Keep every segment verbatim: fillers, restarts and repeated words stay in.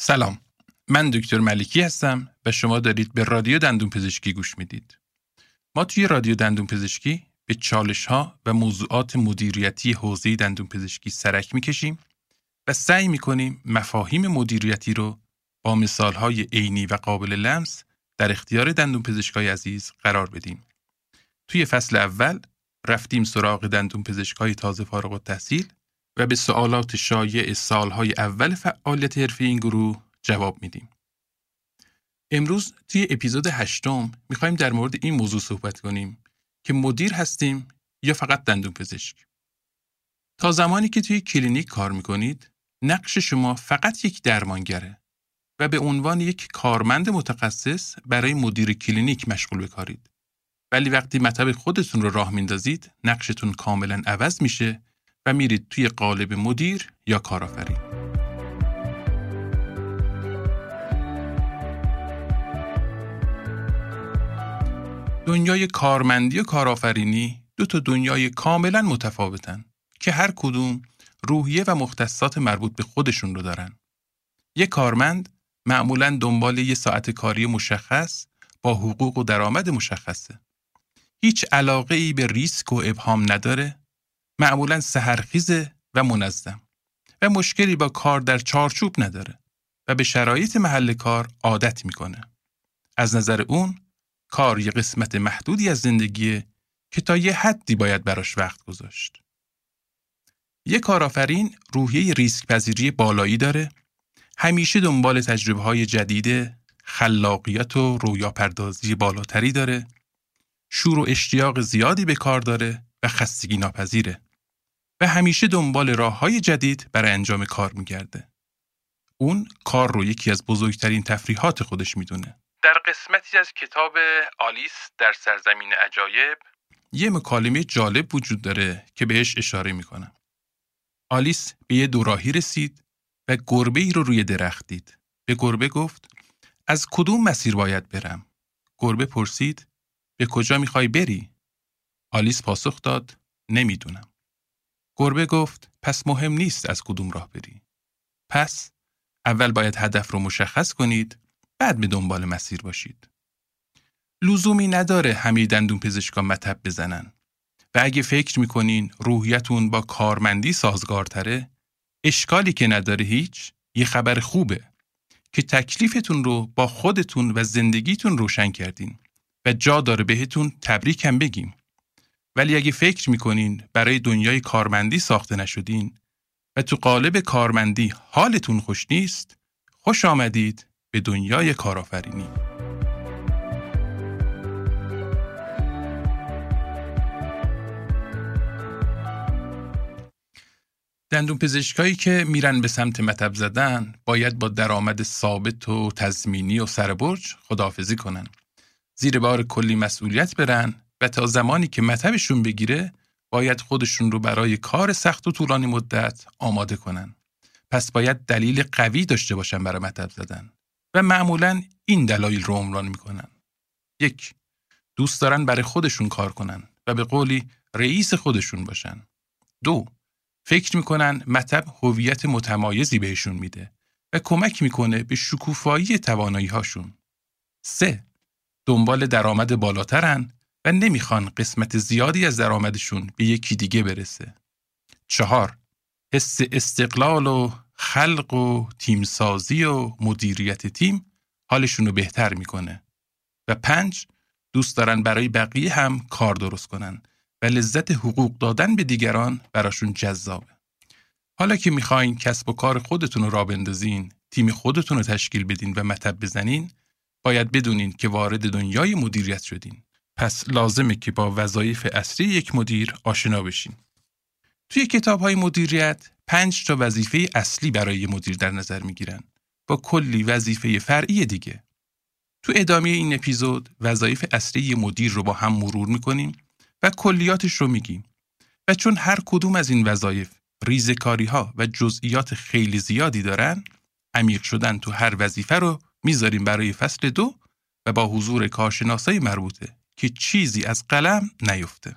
سلام، من دکتر ملکی هستم و شما دارید به رادیو دندون پزشکی گوش میدید. ما توی رادیو دندون پزشکی به چالش‌ها و موضوعات مدیریتی حوزه دندون پزشکی سرک میکشیم و سعی میکنیم مفاهیم مدیریتی رو با مثال‌های عینی و قابل لمس در اختیار دندون پزشکای عزیز قرار بدیم. توی فصل اول رفتیم سراغ دندون پزشکای تازه فارغ التحصیل و به سوالات شایع سالهای اول فعالیت حرفی این گروه جواب میدیم. امروز توی اپیزود هشتم میخوایم در مورد این موضوع صحبت کنیم که مدیر هستیم یا فقط دندون پزشک. تا زمانی که توی کلینیک کار میکنید، نقش شما فقط یک درمانگره و به عنوان یک کارمند متخصص برای مدیر کلینیک مشغول به کارید. ولی وقتی مطب خودتون رو راه میندازید، نقشتون کاملا عوض میشه و میرید توی قالب مدیر یا کارآفرین. دنیای کارمندی و کارآفرینی دو تا دنیای کاملا متفاوتن که هر کدوم روحیه و مختصات مربوط به خودشون رو دارن. یک کارمند معمولاً دنبال یه ساعت کاری مشخص با حقوق و درآمد مشخصه. هیچ علاقه ای به ریسک و ابهام نداره، معمولاً سحرخیزه و منظم و مشکلی با کار در چارچوب نداره و به شرایط محل کار عادت میکنه. از نظر اون کار یه قسمت محدودی از زندگیه که تا یه حدی باید براش وقت گذاشت. یه کارآفرین روحیه ریسک پذیری بالایی داره، همیشه دنبال تجربه‌های جدید، خلاقیت و رویاپردازی بالاتری داره، شور و اشتیاق زیادی به کار داره و خستگی ناپذیره و همیشه دنبال راه‌های جدید برای انجام کار می‌گرده. اون کار رو یکی از بزرگترین تفریحات خودش می‌دونه. در قسمتی از کتاب آلیس در سرزمین عجایب یه مکالمه جالب وجود داره که بهش اشاره می‌کنم. آلیس به یه دوراهی رسید و گربه‌ای رو روی درخت دید. به گربه گفت: از کدوم مسیر باید برم؟ گربه پرسید: به کجا می‌خوای بری؟ آلیس پاسخ داد: نمی‌دونم. گربه گفت: پس مهم نیست از کدوم راه بری. پس اول باید هدف رو مشخص کنید، بعد به دنبال مسیر باشید. لزومی نداره همه دندون پزشکان مطب بزنن و اگه فکر میکنین روحیتون با کارمندی سازگارتره، اشکالی که نداره هیچ، یه خبر خوبه که تکلیفتون رو با خودتون و زندگیتون روشن کردین و جا داره بهتون تبریک هم بگیم. ولی اگه فکر میکنین برای دنیای کارمندی ساخته نشدین و تو قالب کارمندی حالتون خوش نیست، خوش آمدید به دنیای کارآفرینی. دندون پزشکایی که میرن به سمت مطب زدن باید با درآمد ثابت و تضمینی و سربرج خداحافظی کنن. زیر بار کلی مسئولیت برن و تا زمانی که مطبشون بگیره باید خودشون رو برای کار سخت و طولانی مدت آماده کنن. پس باید دلیل قوی داشته باشن برای مطب زدن و معمولاً این دلایل رو عنوان میکنن. یک، دوست دارن برای خودشون کار کنن و به قولی رئیس خودشون باشن. دو، فکر میکنن مطب هویت متمایزی بهشون میده و کمک میکنه به شکوفایی توانایی هاشون. سه، دنبال درآمد بالاترن و نمیخوان قسمت زیادی از درآمدشون به یکی دیگه برسه. چهار، حس استقلال و خلق و تیمسازی و مدیریت تیم حالشون رو بهتر میکنه. و پنج، دوست دارن برای بقیه هم کار درست کنن و لذت حقوق دادن به دیگران براشون جذابه. حالا که میخواین کسب و کار خودتون رو راه بندازین، تیم خودتون رو تشکیل بدین و مطب بزنین، باید بدونین که وارد دنیای مدیریت شدین. پس لازمه که با وظایف اصلی یک مدیر آشنا بشین. توی کتاب‌های مدیریت پنج تا وظیفه اصلی برای مدیر در نظر میگیرن با کلی وظیفه فرعی دیگه. تو ادامه این اپیزود وظایف اصلی مدیر رو با هم مرور میکنیم و کلیاتش رو میگیم. و چون هر کدوم از این وظایف ریزه‌کاری‌ها و جزئیات خیلی زیادی دارن، عمیق شدن تو هر وظیفه رو میذاریم برای فصل دو و با حضور کارشناسای مربوطه که چیزی از قلم نیفته.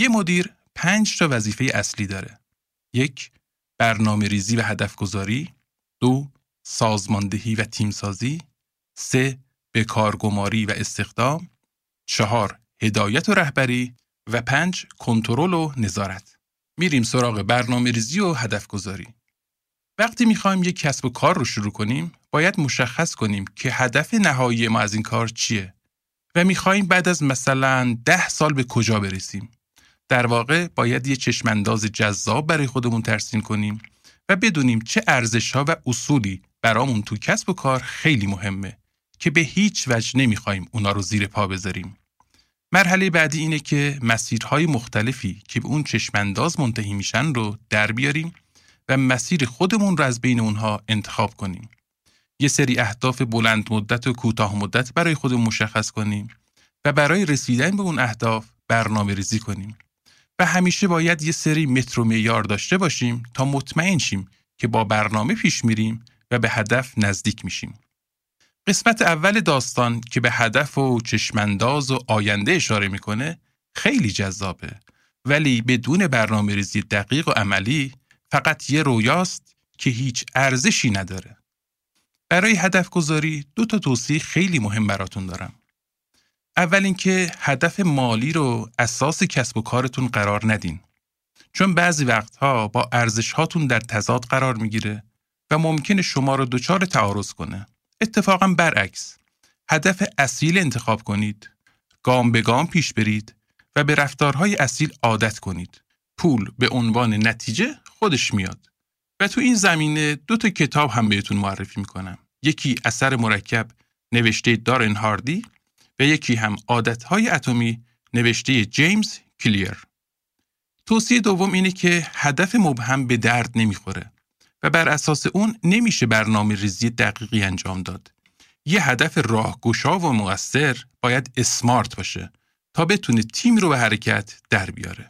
یه مدیر پنج تا وظیفه اصلی داره. یک، برنامه ریزی و هدف گذاری. دو، سازماندهی و تیمسازی. سه، بکارگماری و استخدام. چهار، هدایت و رهبری. و پنج، کنترل و نظارت. میریم سراغ برنامه ریزی و هدف گذاری. وقتی میخوایم یک کسب و کار رو شروع کنیم، باید مشخص کنیم که هدف نهایی ما از این کار چیه و میخوایم بعد از مثلا ده سال به کجا برسیم. در واقع باید یه چشمانداز جذاب برای خودمون ترسیم کنیم و بدونیم چه ارزش‌ها و اصولی برامون تو کسب و کار خیلی مهمه که به هیچ وجه نمیخوایم اونا رو زیر پا بذاریم. مرحله بعدی اینه که مسیرهای مختلفی که به اون چشمانداز منتهی میشن رو در بیاریم و مسیر خودمون رو از بین اونها انتخاب کنیم. یه سری اهداف بلند مدت و کوتاه مدت برای خودمون مشخص کنیم و برای رسیدن به اون اهداف برنامه ریزی کنیم. و همیشه باید یه سری متر و معیار داشته باشیم تا مطمئن شیم که با برنامه پیش میریم و به هدف نزدیک میشیم. قسمت اول داستان که به هدف و چشمانداز و آینده اشاره میکنه خیلی جذابه، ولی بدون برنامه ریزی دقیق و عملی فقط یه رویاست که هیچ ارزشی نداره. برای هدف گذاری دو تا توصیه خیلی مهم براتون دارم. اول اینکه هدف مالی رو اساس کسب و کارتون قرار ندین، چون بعضی وقتها با ارزش هاتون در تضاد قرار میگیره و ممکنه شما رو دچار تعارض کنه. اتفاقا برعکس، هدف اصیل انتخاب کنید، گام به گام پیش برید و به رفتارهای اصیل عادت کنید. پول به عنوان نتیجه خودش میاد. و تو این زمینه دو تا کتاب هم بهتون معرفی میکنم. یکی اثر مرکب نوشته دارن هاردی و یکی هم عادتهای اتمی نوشته جیمز کلیر. توصیه دوم اینه که هدف مبهم به درد نمیخوره و بر اساس اون نمیشه برنامه ریزی دقیقی انجام داد. یه هدف راهگشا و مؤثر باید اسمارت باشه تا بتونه تیم رو به حرکت در بیاره.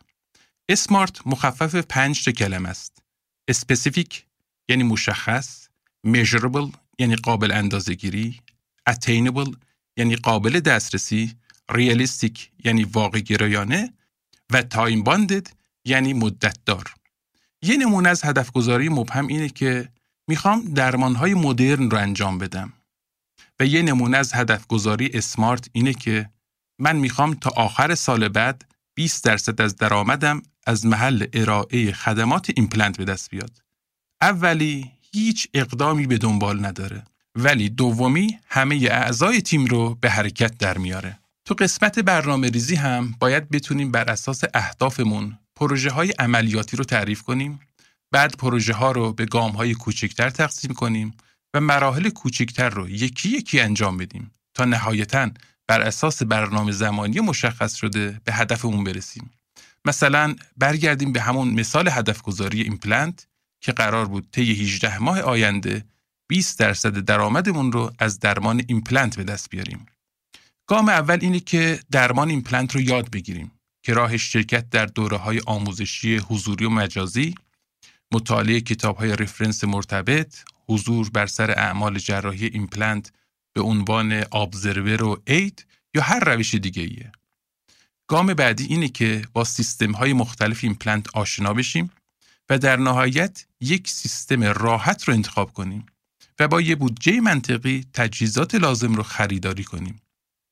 اسمارت مخفف پنج تا کلمه است. اسپسیفیک یعنی مشخص، measurable یعنی قابل اندازه‌گیری، attainable یعنی قابل دسترسی، realistic یعنی واقع گرایانه و time bounded یعنی مدت دار. یه نمونه از هدف گذاری مبهم اینه که میخوام درمانهای مدرن رو انجام بدم و یه نمونه از هدف گذاری اسمارت اینه که من میخوام تا آخر سال بعد بیست درصد از درآمدم از محل ارائه خدمات ایمپلنت به دست بیاد. اولی هیچ اقدامی به دنبال نداره، ولی دومی همه اعضای تیم رو به حرکت در میاره. تو قسمت برنامه ریزی هم باید بتونیم بر اساس اهدافمون پروژه های عملیاتی رو تعریف کنیم، بعد پروژه ها رو به گام های کوچکتر تقسیم کنیم و مراحل کوچکتر رو یکی یکی انجام بدیم تا نهایتاً بر اساس برنامه زمانی مشخص شده به هدفمون برسیم. مثلا برگردیم به همون مثال هدف گذاری ایمپلنت که قرار بود طی هجده ماه آینده بیست درصد درآمدمون رو از درمان ایمپلنت به دست بیاریم. گام اول اینه که درمان ایمپلنت رو یاد بگیریم که راهش شرکت در دوره‌های آموزشی حضوری و مجازی، مطالعه کتاب‌های رفرنس مرتبط، حضور بر سر اعمال جراحی ایمپلنت به عنوان ابزرور و اید یا هر روش دیگه‌ایه. گام بعدی اینه که با سیستم‌های مختلف ایمپلنت آشنا بشیم و در نهایت یک سیستم راحت رو انتخاب کنیم و با یه بودجه منطقی تجهیزات لازم رو خریداری کنیم.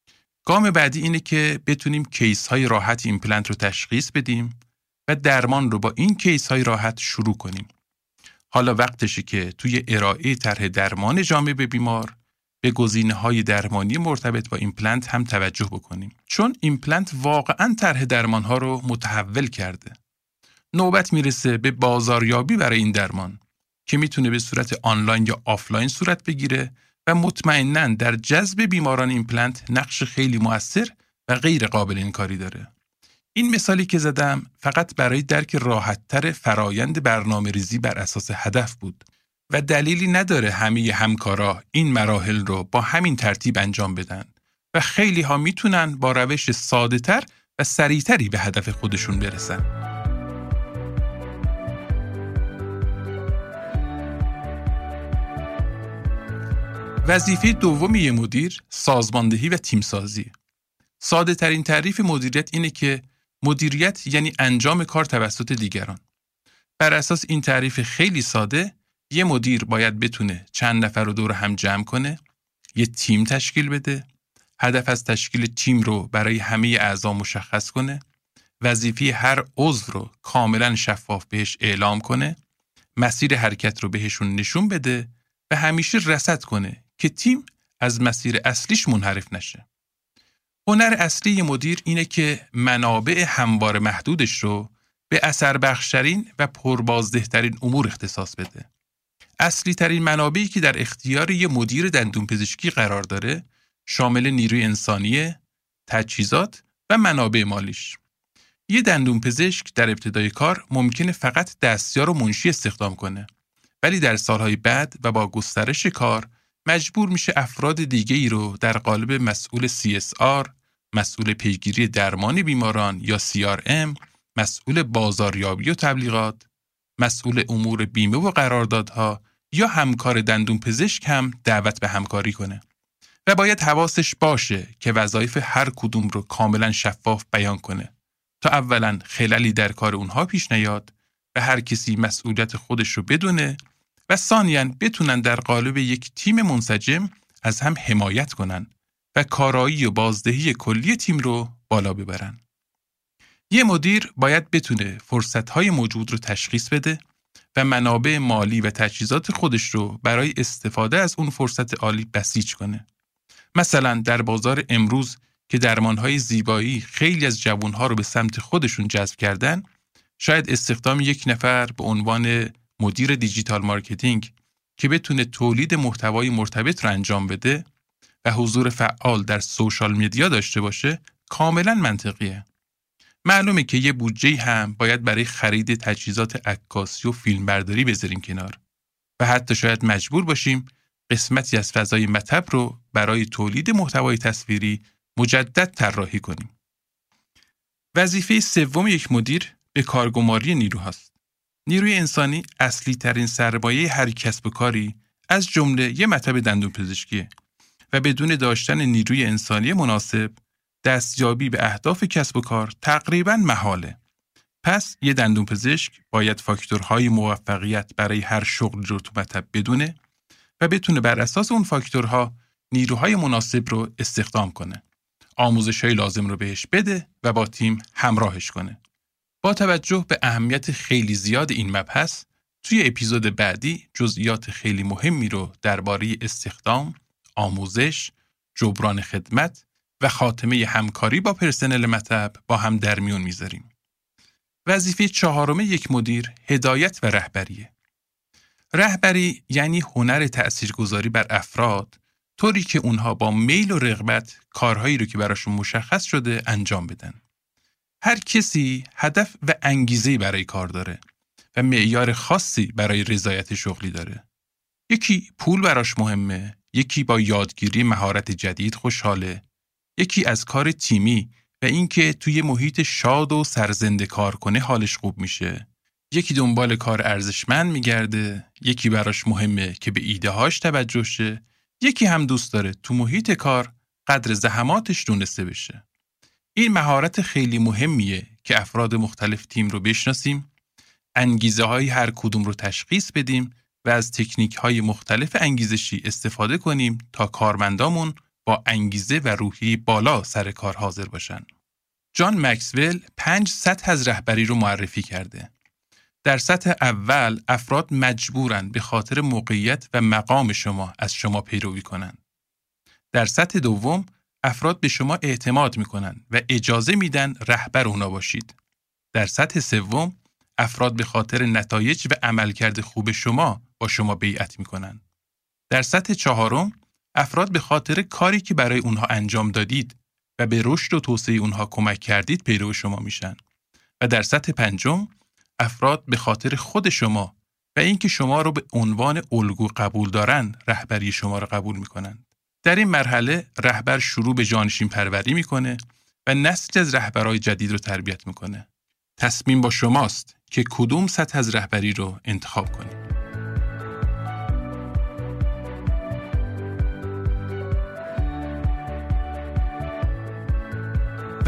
گام بعدی اینه که بتونیم کیس‌های راحت ایمپلنت رو تشخیص بدیم و درمان رو با این کیس‌های راحت شروع کنیم. حالا وقتشه که توی ارائه طرح درمان جامع به بیمار به گزینه‌های درمانی مرتبط با ایمپلنت هم توجه بکنیم، چون ایمپلنت واقعاً طرح درمان‌ها رو متحول کرده. نوبت میرسه به بازاریابی برای این درمان که میتونه به صورت آنلاین یا آفلاین صورت بگیره و مطمئناً در جذب بیماران ایمپلنت نقش خیلی مؤثر و غیر قابل انکاری داره. این مثالی که زدم فقط برای درک راحت‌تر فرایند برنامه‌ریزی بر اساس هدف بود و دلیلی نداره همه همکارا این مراحل رو با همین ترتیب انجام بدن و خیلی ها میتونن با روش ساده‌تر و سریعتری به هدف خودشون برسن. وظیفه دوم یه مدیر سازماندهی و تیمسازی. ساده ترین تعریف مدیریت اینه که مدیریت یعنی انجام کار توسط دیگران. بر اساس این تعریف خیلی ساده، یه مدیر باید بتونه چند نفر رو دور هم جمع کنه، یه تیم تشکیل بده، هدف از تشکیل تیم رو برای همه اعضا مشخص کنه، وظیفه هر عضو رو کاملا شفاف بهش اعلام کنه، مسیر حرکت رو بهشون نشون بده و همیشه رصد کنه که تیم از مسیر اصلیش منحرف نشه. هنر اصلی یه مدیر اینه که منابع هموار محدودش رو به اثر بخشترین و پربازدهترین امور اختصاص بده. اصلی ترین منابعی که در اختیار یه مدیر دندون پزشکی قرار داره شامل نیروی انسانی، تجهیزات و منابع مالیش. یه دندون پزشک در ابتدای کار ممکنه فقط دستیار و منشی استخدام کنه، ولی در سالهای بعد و با گسترش کار مجبور میشه افراد دیگه ای رو در قالب مسئول سی اس آر، مسئول پیگیری درمان بیماران یا سی آر ام، مسئول بازاریابی و تبلیغات، مسئول امور بیمه و قراردادها یا همکار دندون پزشک هم دعوت به همکاری کنه و باید حواسش باشه که وظایف هر کدوم رو کاملا شفاف بیان کنه تا اولا خللی در کار اونها پیش نیاد و هر کسی مسئولیت خودش رو بدونه و ثانیاً بتونن در قالب یک تیم منسجم از هم حمایت کنن و کارایی و بازدهی کلی تیم رو بالا ببرن. یه مدیر باید بتونه فرصت‌های موجود رو تشخیص بده و منابع مالی و تجهیزات خودش رو برای استفاده از اون فرصت عالی بسیج کنه. مثلا در بازار امروز که درمان‌های زیبایی خیلی از جوان‌ها رو به سمت خودشون جذب کردن، شاید استخدام یک نفر به عنوان مدیر دیجیتال مارکتینگ که بتونه تولید محتوای مرتبط رو انجام بده و حضور فعال در سوشال مدیا داشته باشه کاملا منطقیه. معلومه که یه بودجه هم باید برای خرید تجهیزات عکاسی و فیلمبرداری بذاریم کنار و حتی شاید مجبور باشیم قسمتی از فضای مطب رو برای تولید محتوای تصویری مجدد طراحی کنیم. وظیفه سوم یک مدیر به کارگماری نیروهاست. نیروی انسانی اصلی ترین سرمایه هر کسب و کاری از جمله یه مطب دندون پزشکیه و بدون داشتن نیروی انسانی مناسب دستیابی به اهداف کسب و کار تقریباً محاله. پس یه دندون پزشک باید فاکتورهای موفقیت برای هر شغل رو تو مطب بدونه و بتونه بر اساس اون فاکتورها نیروهای مناسب رو استخدام کنه. آموزش‌های لازم رو بهش بده و با تیم همراهش کنه. با توجه به اهمیت خیلی زیاد این مبحث، توی اپیزود بعدی جزئیات خیلی مهمی رو درباره استخدام، آموزش، جبران خدمت و خاتمه همکاری با پرسنل مطب با هم در میون میذاریم. وظیفه چهارم یک مدیر هدایت و رهبریه. رهبری یعنی هنر تأثیرگذاری بر افراد طوری که اونها با میل و رغبت کارهایی رو که براشون مشخص شده انجام بدن. هر کسی هدف و انگیزه‌ای برای کار داره و معیار خاصی برای رضایت شغلی داره. یکی پول براش مهمه، یکی با یادگیری مهارت جدید خوشحاله، یکی از کار تیمی و اینکه توی محیط شاد و سرزنده کار کنه حالش خوب میشه. یکی دنبال کار ارزشمند میگرده، یکی براش مهمه که به ایده هاش توجه شه، یکی هم دوست داره تو محیط کار قدر زحماتش دونسته بشه. این مهارت خیلی مهمیه که افراد مختلف تیم رو بشناسیم، انگیزه های هر کدوم رو تشخیص بدیم و از تکنیک های مختلف انگیزشی استفاده کنیم تا کارمندامون با انگیزه و روحیه بالا سر کار حاضر باشن. جان مکسول پنج سطح از رهبری رو معرفی کرده. در سطح اول افراد مجبورن به خاطر موقعیت و مقام شما از شما پیروی کنن. در سطح دوم افراد به شما اعتماد میکنن و اجازه میدن رهبر اونا باشید. در سطح سوم افراد به خاطر نتایج و عملکرد خوب شما با شما بیعت میکنن. در سطح چهارم افراد به خاطر کاری که برای اونها انجام دادید و به رشد و توسعه اونها کمک کردید پیرو شما میشن. و در سطح پنجم افراد به خاطر خود شما و اینکه شما رو به عنوان الگو قبول دارن رهبری شما رو قبول میکنن. در این مرحله رهبر شروع به جانشین پروری میکنه و نسل از رهبرای جدید رو تربیت میکنه. تصمیم با شماست که کدوم سطح از رهبری رو انتخاب کنید.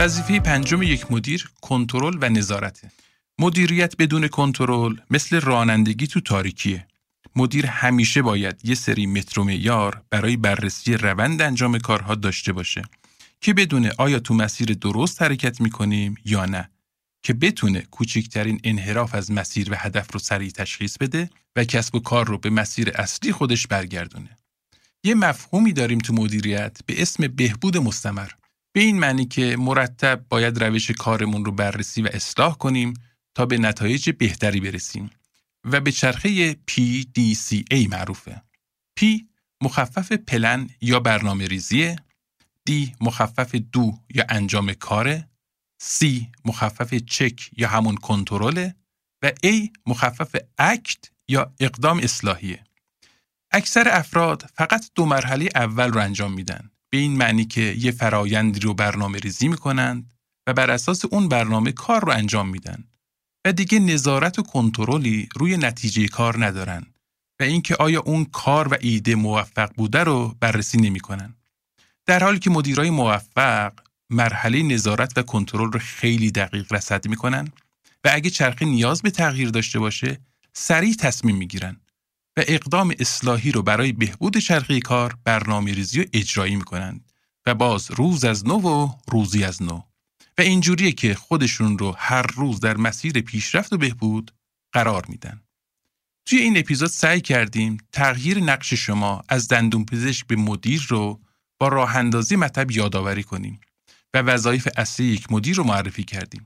وظیفه پنجم یک مدیر کنترل و نظارته. مدیریت بدون کنترل مثل رانندگی تو تاریکیه. مدیر همیشه باید یه سری متر و معیار برای بررسی روند انجام کارها داشته باشه که بدونه آیا تو مسیر درست حرکت میکنیم یا نه، که بتونه کوچکترین انحراف از مسیر و هدف رو سریع تشخیص بده و کسب و کار رو به مسیر اصلی خودش برگردونه. یه مفهومی داریم تو مدیریت به اسم بهبود مستمر. به این معنی که مرتب باید روش کارمون رو بررسی و اصلاح کنیم تا به نتایج بهتری برسیم و به چرخه پی دی سی ای معروفه. P مخفف پلن یا برنامه ریزیه، D مخفف دو یا انجام کاره، C مخفف چک یا همون کنترله و A مخفف اکت یا اقدام اصلاحیه. اکثر افراد فقط دو مرحله اول رو انجام میدن، به این معنی که یه فرایندی رو برنامه ریزی میکنند و بر اساس اون برنامه کار رو انجام میدن و دیگه نظارت و کنترلی روی نتیجه کار ندارن و اینکه آیا اون کار و ایده موفق بوده رو بررسی نمیکنن. در حالی که مدیرای موفق مرحله نظارت و کنترل رو خیلی دقیق رصد میکنن و اگه چرخه نیاز به تغییر داشته باشه سریع تصمیم میگیرن و اقدام اصلاحی رو برای بهبود چرخه کار برنامه‌ریزی و اجرایی میکنن و باز روز از نو و روزی از نو و اینجوریه که خودشون رو هر روز در مسیر پیشرفت و بهبود قرار میدن. توی این اپیزود سعی کردیم تغییر نقش شما از دندونپزشک به مدیر رو با راه اندازی مطلب یادآوری کنیم و وظایف اصلی یک مدیر رو معرفی کردیم.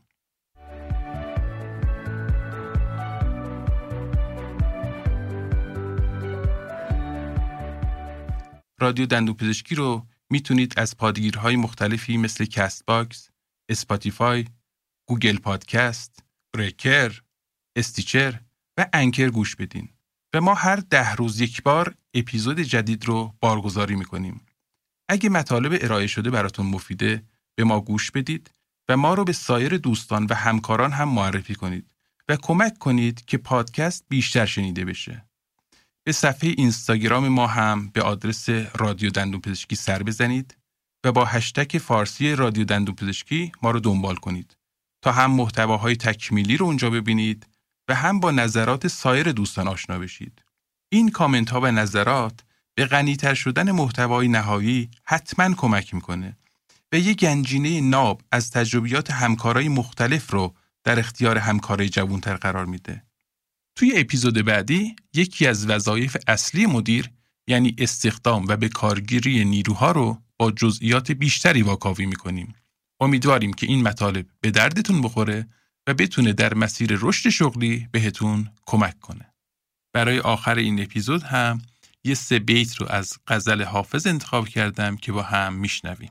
رادیو دندونپزشکی رو میتونید از پادگیرهای مختلفی مثل کست باکس، اسپاتیفای، گوگل پادکست، بریکر، استیچر و انکر گوش بدین و ما هر ده روز یک بار اپیزود جدید رو بارگذاری میکنیم. اگه مطالب ارائه شده براتون مفیده به ما گوش بدید و ما رو به سایر دوستان و همکاران هم معرفی کنید و کمک کنید که پادکست بیشتر شنیده بشه. به صفحه اینستاگرام ما هم به آدرس رادیو دندونپزشکی سر بزنید و با هشتگ فارسی رادیو دندونپزشکی ما رو دنبال کنید تا هم محتواهای تکمیلی رو اونجا ببینید و هم با نظرات سایر دوستان آشنا بشید. این کامنت ها و نظرات به غنی‌تر شدن محتوای نهایی حتما کمک میکنه و یک گنجینه ناب از تجربیات همکارای مختلف رو در اختیار همکارای جوانتر قرار میده. توی اپیزود بعدی یکی از وظایف اصلی مدیر یعنی استخدام و به کارگیری نیروها رو با جزئیات بیشتری واکاوی میکنیم. امیدواریم که این مطالب به دردتون بخوره و بتونه در مسیر رشد شغلی بهتون کمک کنه. برای آخر این اپیزود هم یه سه بیت رو از غزل حافظ انتخاب کردم که با هم میشنویم.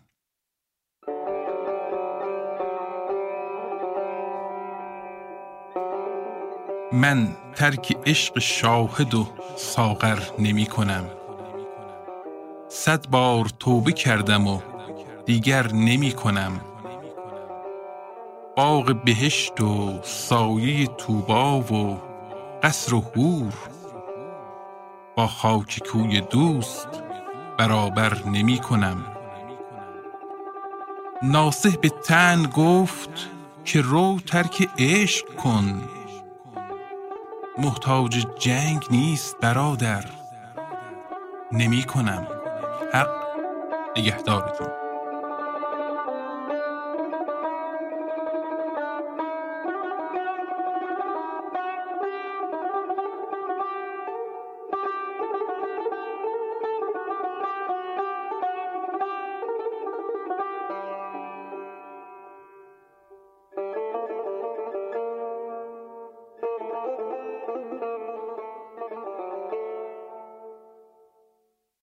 من ترک عشق شاهد و ساغر نمی کنم، صد بار توبه کردم و دیگر نمی کنم. باغ بهشت و سایه طوبی و قصر و حور، با خاک کوی دوست برابر نمی کنم. ناصح به تن گفت که رو ترک عشق کن، محتاج جنگ نیست برادر نمی کنم. حق نگهدارتون.